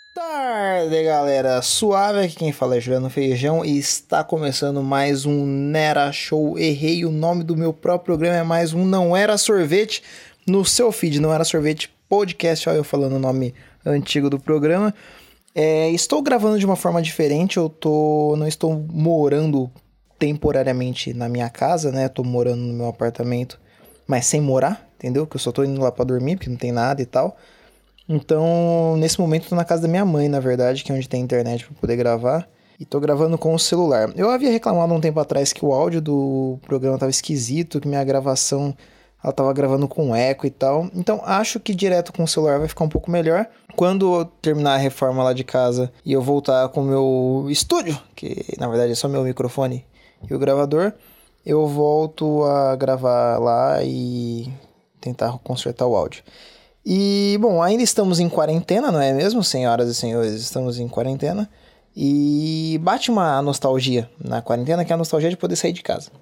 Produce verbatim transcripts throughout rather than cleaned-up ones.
Tarde, galera, suave, aqui quem fala é Juliano Feijão e está começando mais um Nera Show. Errei o nome do meu próprio programa, é mais um Não Era Sorvete no seu feed, Não Era Sorvete Podcast, olha eu falando o nome antigo do programa. É, estou gravando de uma forma diferente, eu tô, não estou morando temporariamente na minha casa, né, tô morando no meu apartamento, mas sem morar, entendeu? Que eu só tô indo lá pra dormir, porque não tem nada e tal. Então, nesse momento, eu tô na casa da minha mãe, na verdade, que é onde tem internet pra poder gravar. E tô gravando com o celular. Eu havia reclamado um tempo atrás que o áudio do programa tava esquisito, que minha gravação, ela tava gravando com eco e tal. Então, acho que direto com o celular vai ficar um pouco melhor. Quando eu terminar a reforma lá de casa e eu voltar com o meu estúdio, que na verdade é só meu microfone e o gravador, eu volto a gravar lá e tentar consertar o áudio. E, bom, ainda estamos em quarentena, não é mesmo, senhoras e senhores? Estamos em quarentena. E bate uma nostalgia na quarentena, que é a nostalgia de poder sair de casa.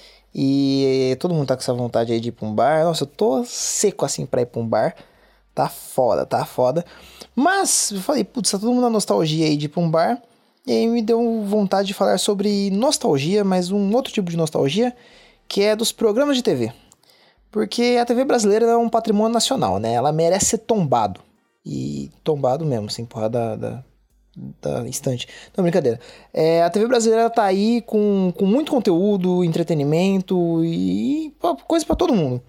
E todo mundo tá com essa vontade aí de ir pra um bar. Nossa, eu tô seco assim pra ir pra um bar. Tá foda, tá foda. Mas, eu falei, putz, tá todo mundo na nostalgia aí de ir pra um bar. E aí me deu vontade de falar sobre nostalgia, mas um outro tipo de nostalgia, que é dos programas de T V. Porque a T V brasileira é um patrimônio nacional, né? Ela merece ser tombado. E tombado mesmo, sem porra da, da, da estante. Não, brincadeira. É, a T V brasileira tá aí com, com muito conteúdo, entretenimento e coisa pra todo mundo.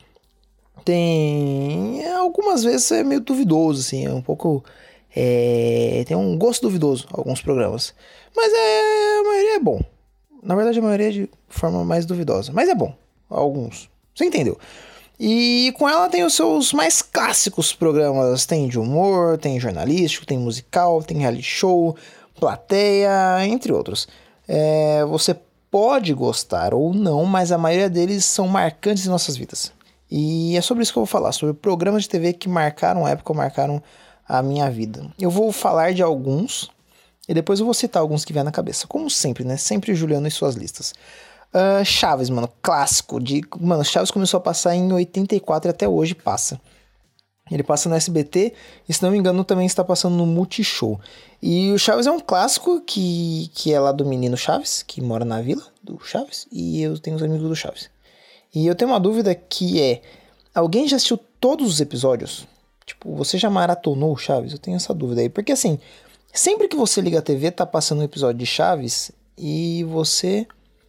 Tem... Algumas vezes é meio duvidoso, assim. É um pouco... É, tem um gosto duvidoso alguns programas. Mas é, a maioria é bom. Na verdade, a maioria é de forma mais duvidosa. Mas é bom. Alguns. Você entendeu? E com ela tem os seus mais clássicos programas. Tem de humor, tem jornalístico, tem musical, tem reality show, plateia, entre outros. É, você pode gostar ou não, mas a maioria deles são marcantes em nossas vidas. E é sobre isso que eu vou falar, sobre programas de T V que marcaram a época, marcaram a minha vida. Eu vou falar de alguns e depois eu vou citar alguns que vier na cabeça. Como sempre, né? Sempre Juliano e suas listas. Uh, Chaves, mano, clássico de... Mano, Chaves começou a passar em oitenta e quatro e até hoje passa. Ele passa no S B T e, se não me engano, também está passando no Multishow. E o Chaves é um clássico que, que é lá do menino Chaves, que mora na vila do Chaves, e eu tenho os amigos do Chaves. E eu tenho uma dúvida que é... Alguém já assistiu todos os episódios? Tipo, você já maratonou o Chaves? Eu tenho essa dúvida aí, porque assim... Sempre que você liga a T V, tá passando um episódio de Chaves e você...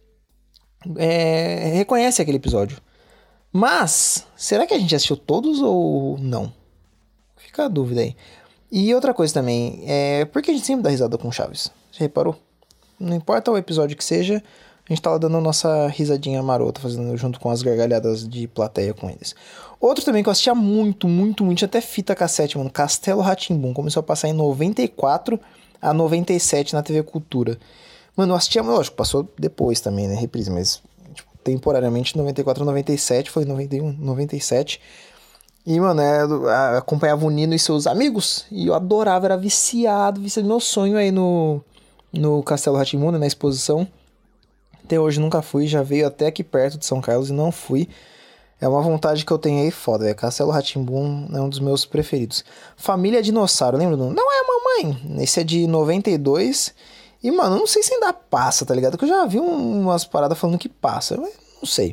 É, reconhece aquele episódio. Mas, será que a gente assistiu todos ou não? Fica a dúvida aí. E outra coisa também, é, por que a gente sempre dá risada com Chaves? Você reparou? Não importa o episódio que seja, a gente tá lá dando a nossa risadinha marota, fazendo junto com as gargalhadas de plateia com eles. Outro também que eu assistia muito, muito, muito, até fita cassete, mano, Castelo Rá-Tim-Bum. Começou a passar em noventa e quatro a noventa e sete na T V Cultura. Mano, eu assistia, lógico, passou depois também, né, reprise, mas tipo, temporariamente noventa e quatro a noventa e sete, foi noventa e um, noventa e sete. E, mano, eu acompanhava o Nino e seus amigos, e eu adorava, era viciado, viciado, meu sonho aí no, no Castelo Rá-Tim-Bum, né, na exposição. Até hoje nunca fui, já veio até aqui perto de São Carlos e não fui. É uma vontade que eu tenho aí foda, velho. Castelo Rá-Tim-Bum é um dos meus preferidos. Família Dinossauro, lembra? Não é, mamãe? Esse é de noventa e dois. E, mano, não sei se ainda passa, tá ligado? Porque eu já vi um, umas paradas falando que passa, mas não sei.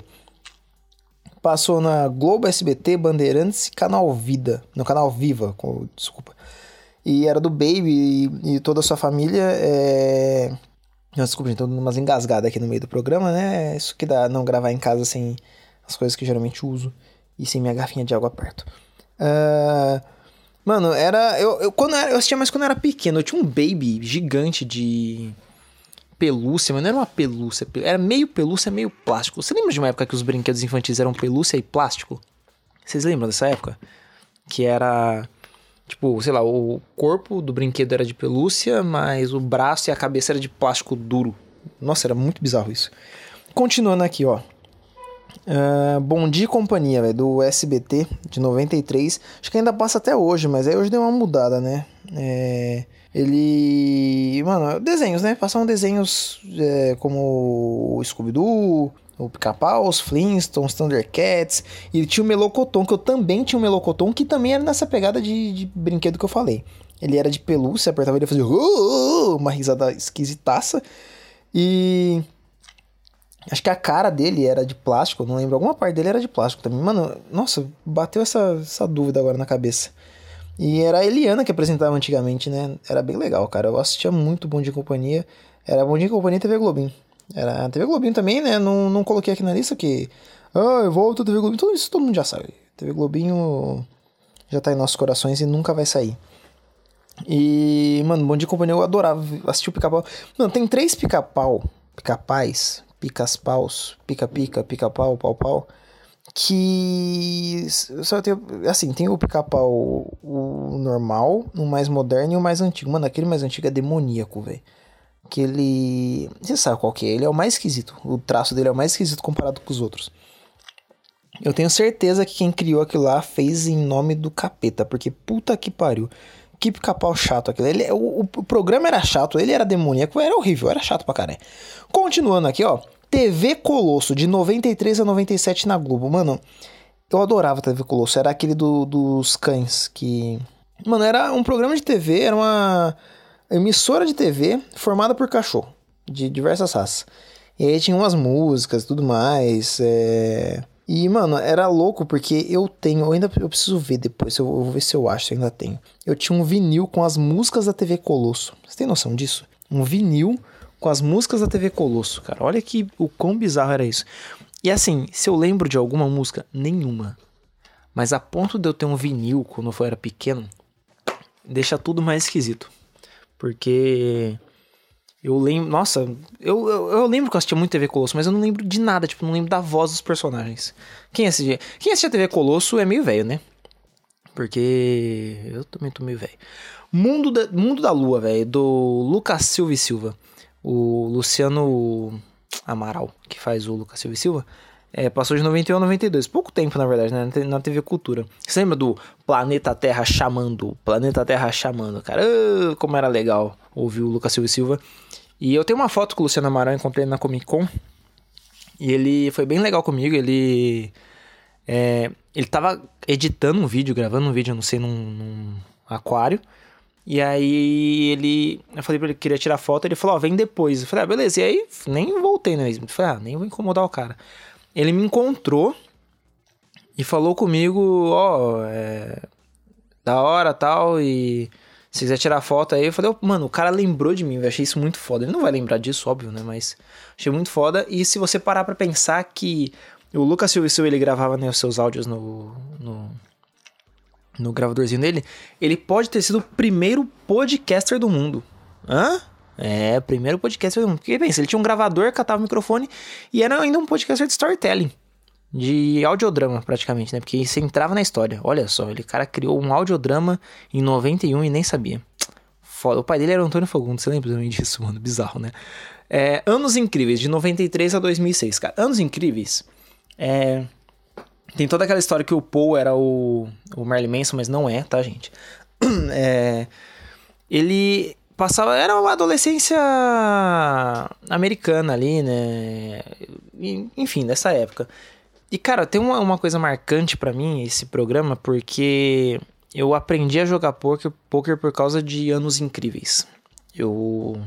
Passou na Globo, S B T, Bandeirantes e Canal Vida. No Canal Viva, com, desculpa. E era do Baby e, e toda a sua família. É... Desculpa, gente, tô dando umas engasgadas aqui no meio do programa, né? Isso que dá não gravar em casa sem as coisas que eu geralmente uso e sem minha garrafinha de água perto. Uh... Mano, era eu, eu, quando eu, era, eu assistia mais quando eu era pequeno. Eu tinha um Baby gigante de pelúcia, mas não era uma pelúcia. Era meio pelúcia, meio plástico. Você lembra de uma época que os brinquedos infantis eram pelúcia e plástico? Vocês lembram dessa época? Que era... Tipo, sei lá, o corpo do brinquedo era de pelúcia, mas o braço e a cabeça era de plástico duro. Nossa, era muito bizarro isso. Continuando aqui, ó. Uh, Bom Dia e Companhia, véio, do S B T, de noventa e três. Acho que ainda passa até hoje, mas aí hoje deu uma mudada, né? É, ele... Mano, desenhos, né? Passavam desenhos é, como o Scooby-Doo, O Pica-Pau, os Flintstones, Thundercats. E tinha o Melocoton, que eu também tinha um Melocoton, que também era nessa pegada de, de brinquedo que eu falei. Ele era de pelúcia, apertava ele e fazia uh, uma risada esquisitaça. E acho que a cara dele era de plástico, eu não lembro. Alguma parte dele era de plástico também. Mano, nossa, bateu essa, essa dúvida agora na cabeça. E era a Eliana que apresentava antigamente, né? Era bem legal, cara. Eu assistia muito Bom Dia e Companhia. Era Bom Dia e Companhia e T V Globinho. Era a T V Globinho também, né? Não, não coloquei aqui na lista que... Ah, eu volto a T V Globinho. Tudo isso todo mundo já sabe. T V Globinho já tá em nossos corações e nunca vai sair. E, mano, Bom Dia e Companhia eu adorava assistir o Pica-Pau. Mano, tem três Pica-Pau, Pica-Pais, Picas-Paus, Pica-Pica, Pica-Pau, Pau-Pau, que... Só tem, assim, tem o Pica-Pau, o normal, o mais moderno e o mais antigo. Mano, aquele mais antigo é demoníaco, velho. Que ele... Você sabe qual que é? Ele é o mais esquisito. O traço dele é o mais esquisito comparado com os outros. Eu tenho certeza que quem criou aquilo lá fez em nome do capeta, porque puta que pariu. Que Pica-Pau chato aquilo. Ele, o, o programa era chato, ele era demoníaco, era horrível, era chato pra caralho. Continuando aqui, ó. T V Colosso, de noventa e três a noventa e sete na Globo. Mano, eu adorava T V Colosso. Era aquele do, dos cães que... Mano, era um programa de T V, era uma emissora de T V formada por cachorro, de diversas raças. E aí tinha umas músicas e tudo mais, é... E, mano, era louco porque eu tenho... Eu ainda eu preciso ver depois, eu vou ver se eu acho, se eu ainda tenho. Eu tinha um vinil com as músicas da T V Colosso. Você tem noção disso? Um vinil com as músicas da T V Colosso, cara. Olha que o quão bizarro era isso. E assim, se eu lembro de alguma música, nenhuma. Mas a ponto de eu ter um vinil quando eu era pequeno, deixa tudo mais esquisito. Porque... Eu lembro... Nossa, eu, eu, eu lembro que eu assistia muito T V Colosso, mas eu não lembro de nada, tipo, não lembro da voz dos personagens. Quem assistia, quem assistia T V Colosso é meio velho, né? Porque... Eu também tô meio velho. Mundo da, Mundo da Lua, velho, do Lucas Silva e Silva. O Luciano Amaral, que faz o Lucas Silva e Silva, é, passou de noventa e um a noventa e dois. Pouco tempo, na verdade, né? Na T V Cultura. Você lembra do Planeta Terra Chamando? Planeta Terra Chamando, cara. Ah, como era legal ouvir o Lucas Silva e Silva. E eu tenho uma foto com o Luciano Amaral, encontrei ele na Comic Con. E ele foi bem legal comigo. Ele... É, ele tava editando um vídeo, gravando um vídeo, não sei, num, num aquário. E aí ele... Eu falei pra ele que queria tirar foto. Ele falou, ó, vem depois. Eu falei, ah, beleza. E aí nem voltei, né? Eu falei, ah, nem vou incomodar o cara. Ele me encontrou e falou comigo, ó, é, da hora tal, e se quiser tirar foto aí. Eu falei, oh, mano, o cara lembrou de mim, eu achei isso muito foda. Ele não vai lembrar disso, óbvio, né, mas achei muito foda. E se você parar pra pensar que o Lucas Silva e Silva, ele gravava, né, os seus áudios no, no, no gravadorzinho dele, ele pode ter sido o primeiro podcaster do mundo. Hã? É, primeiro podcaster do mundo. Porque pensa, ele tinha um gravador, catava o microfone e era ainda um podcaster de storytelling. De audiodrama, praticamente, né? Porque você entrava na história. Olha só, ele, cara, criou um audiodrama em noventa e um e nem sabia. Foda. O pai dele era o Antônio Fagundes, você lembra também disso, mano? Bizarro, né? É, Anos Incríveis, de noventa e três a dois mil e seis, cara. Anos Incríveis, é... Tem toda aquela história que o Paul era o, o Marilyn Manson, mas não é, tá, gente? É... Ele... Passava, era uma adolescência americana ali, né? Enfim, dessa época. E, cara, tem uma, uma coisa marcante pra mim, esse programa, porque eu aprendi a jogar poker, poker por causa de Anos Incríveis. Eu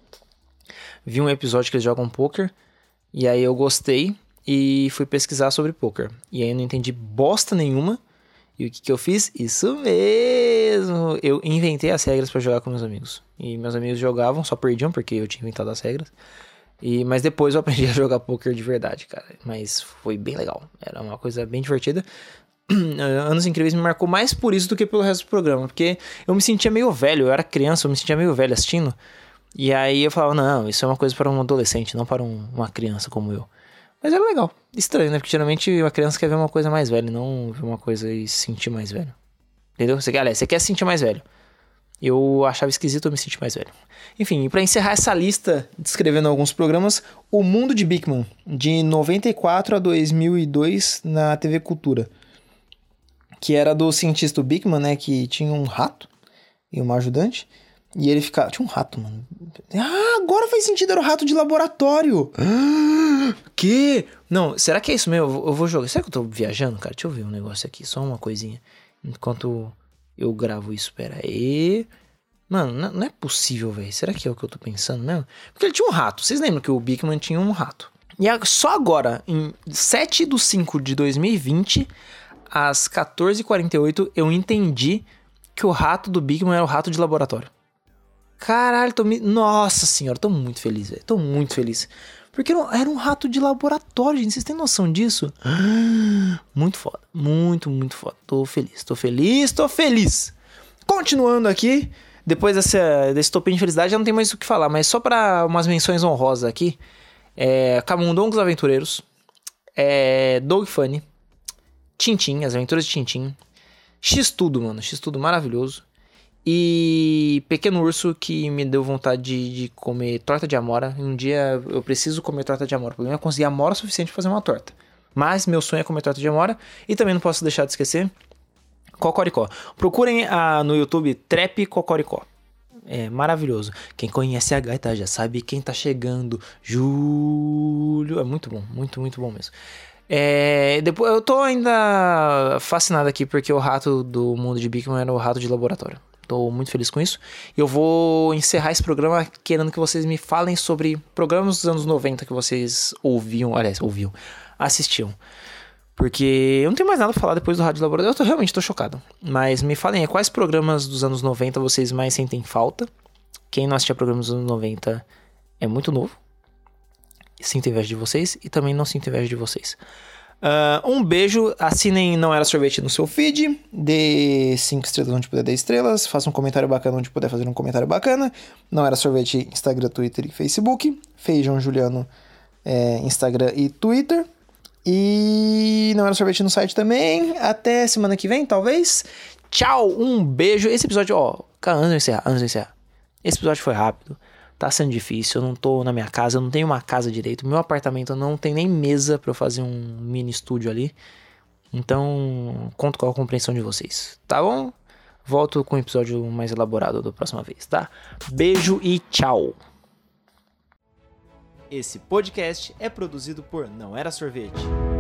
vi um episódio que eles jogam poker, e aí eu gostei e fui pesquisar sobre poker. E aí eu não entendi bosta nenhuma. E o que que eu fiz? Isso mesmo! Eu inventei as regras pra jogar com meus amigos. E meus amigos jogavam, só perdiam porque eu tinha inventado as regras. E, mas depois eu aprendi a jogar poker de verdade, cara. Mas foi bem legal. Era uma coisa bem divertida. Anos Incríveis me marcou mais por isso do que pelo resto do programa. Porque eu me sentia meio velho. Eu era criança, eu me sentia meio velho assistindo. E aí eu falava, não, isso é uma coisa para um adolescente, não para um, uma criança como eu. Mas era legal. Estranho, né? Porque geralmente a criança quer ver uma coisa mais velha, não ver uma coisa e se sentir mais velho. Entendeu? Você quer, aliás, você quer se sentir mais velho. Eu achava esquisito eu me sentir mais velho. Enfim, pra encerrar essa lista, descrevendo alguns programas, O Mundo de Big Man, de noventa e quatro a dois mil e dois na T V Cultura. Que era do cientista Big Man, né? Que tinha um rato e uma ajudante. E ele ficava... Tinha um rato, mano. Ah, agora faz sentido, era o rato de laboratório. Que? Não, será que é isso mesmo? Eu vou, eu vou jogar. Será que eu tô viajando, cara? Deixa eu ver um negócio aqui, só uma coisinha. Enquanto eu gravo isso, pera aí. Mano, não, não é possível, velho. Será que é o que eu tô pensando mesmo? Porque ele tinha um rato. Vocês lembram que o Bigman tinha um rato? E só agora, em sete de cinco de dois mil e vinte, às quatorze e quarenta e oito, eu entendi que o rato do Bigman era o rato de laboratório. Caralho, tô me... Nossa senhora, tô muito feliz, velho. Tô muito feliz. Porque era um rato de laboratório, gente. Vocês têm noção disso? Muito foda. Muito, muito foda. Tô feliz, tô feliz, tô feliz. Continuando aqui, depois dessa, desse topinho de felicidade, já não tem mais o que falar. Mas só pra umas menções honrosas aqui. É, Camundongos Aventureiros. É, Dog Funny. Tintin, As Aventuras de Tintin. X-Tudo, mano. X-Tudo maravilhoso. E Pequeno Urso, que me deu vontade de, de comer torta de amora. Um dia eu preciso comer torta de amora. O problema é conseguir amora suficiente pra fazer uma torta. Mas meu sonho é comer torta de amora. E também não posso deixar de esquecer Cocoricó. Procurem ah, no YouTube Trap Cocoricó. É maravilhoso. Quem conhece a gaita já sabe quem tá chegando. Júlio. É muito bom, muito, muito bom mesmo. É, depois, eu tô ainda fascinado aqui porque o rato do mundo de Bigman era o rato de laboratório. Tô muito feliz com isso. E eu vou encerrar esse programa querendo que vocês me falem sobre programas dos anos noventa que vocês ouviam, aliás, ouviam, assistiam. Porque eu não tenho mais nada pra falar depois do Rádio Laboratório. Eu tô, realmente tô chocado. Mas me falem aí, quais programas dos anos noventa vocês mais sentem falta? Quem não assistia programas dos anos noventa é muito novo. Sinto inveja de vocês e também não sinto inveja de vocês. Uh, um beijo, assinem Não Era Sorvete no seu feed, dê cinco estrelas onde puder dar estrelas, faça um comentário bacana onde puder fazer um comentário bacana. Não Era Sorvete, Instagram, Twitter e Facebook. Feijão Juliano, é, Instagram e Twitter. E Não Era Sorvete no site também. Até semana que vem, talvez. Tchau, um beijo. Esse episódio, ó, antes de eu encerrar, antes de eu encerrar. Esse episódio foi rápido. Tá sendo difícil, eu não tô na minha casa, eu não tenho uma casa direito. Meu apartamento não tem nem mesa pra eu fazer um mini estúdio ali. Então, conto com a compreensão de vocês, tá bom? Volto com um episódio mais elaborado da próxima vez, tá? Beijo e tchau! Esse podcast é produzido por Não Era Sorvete.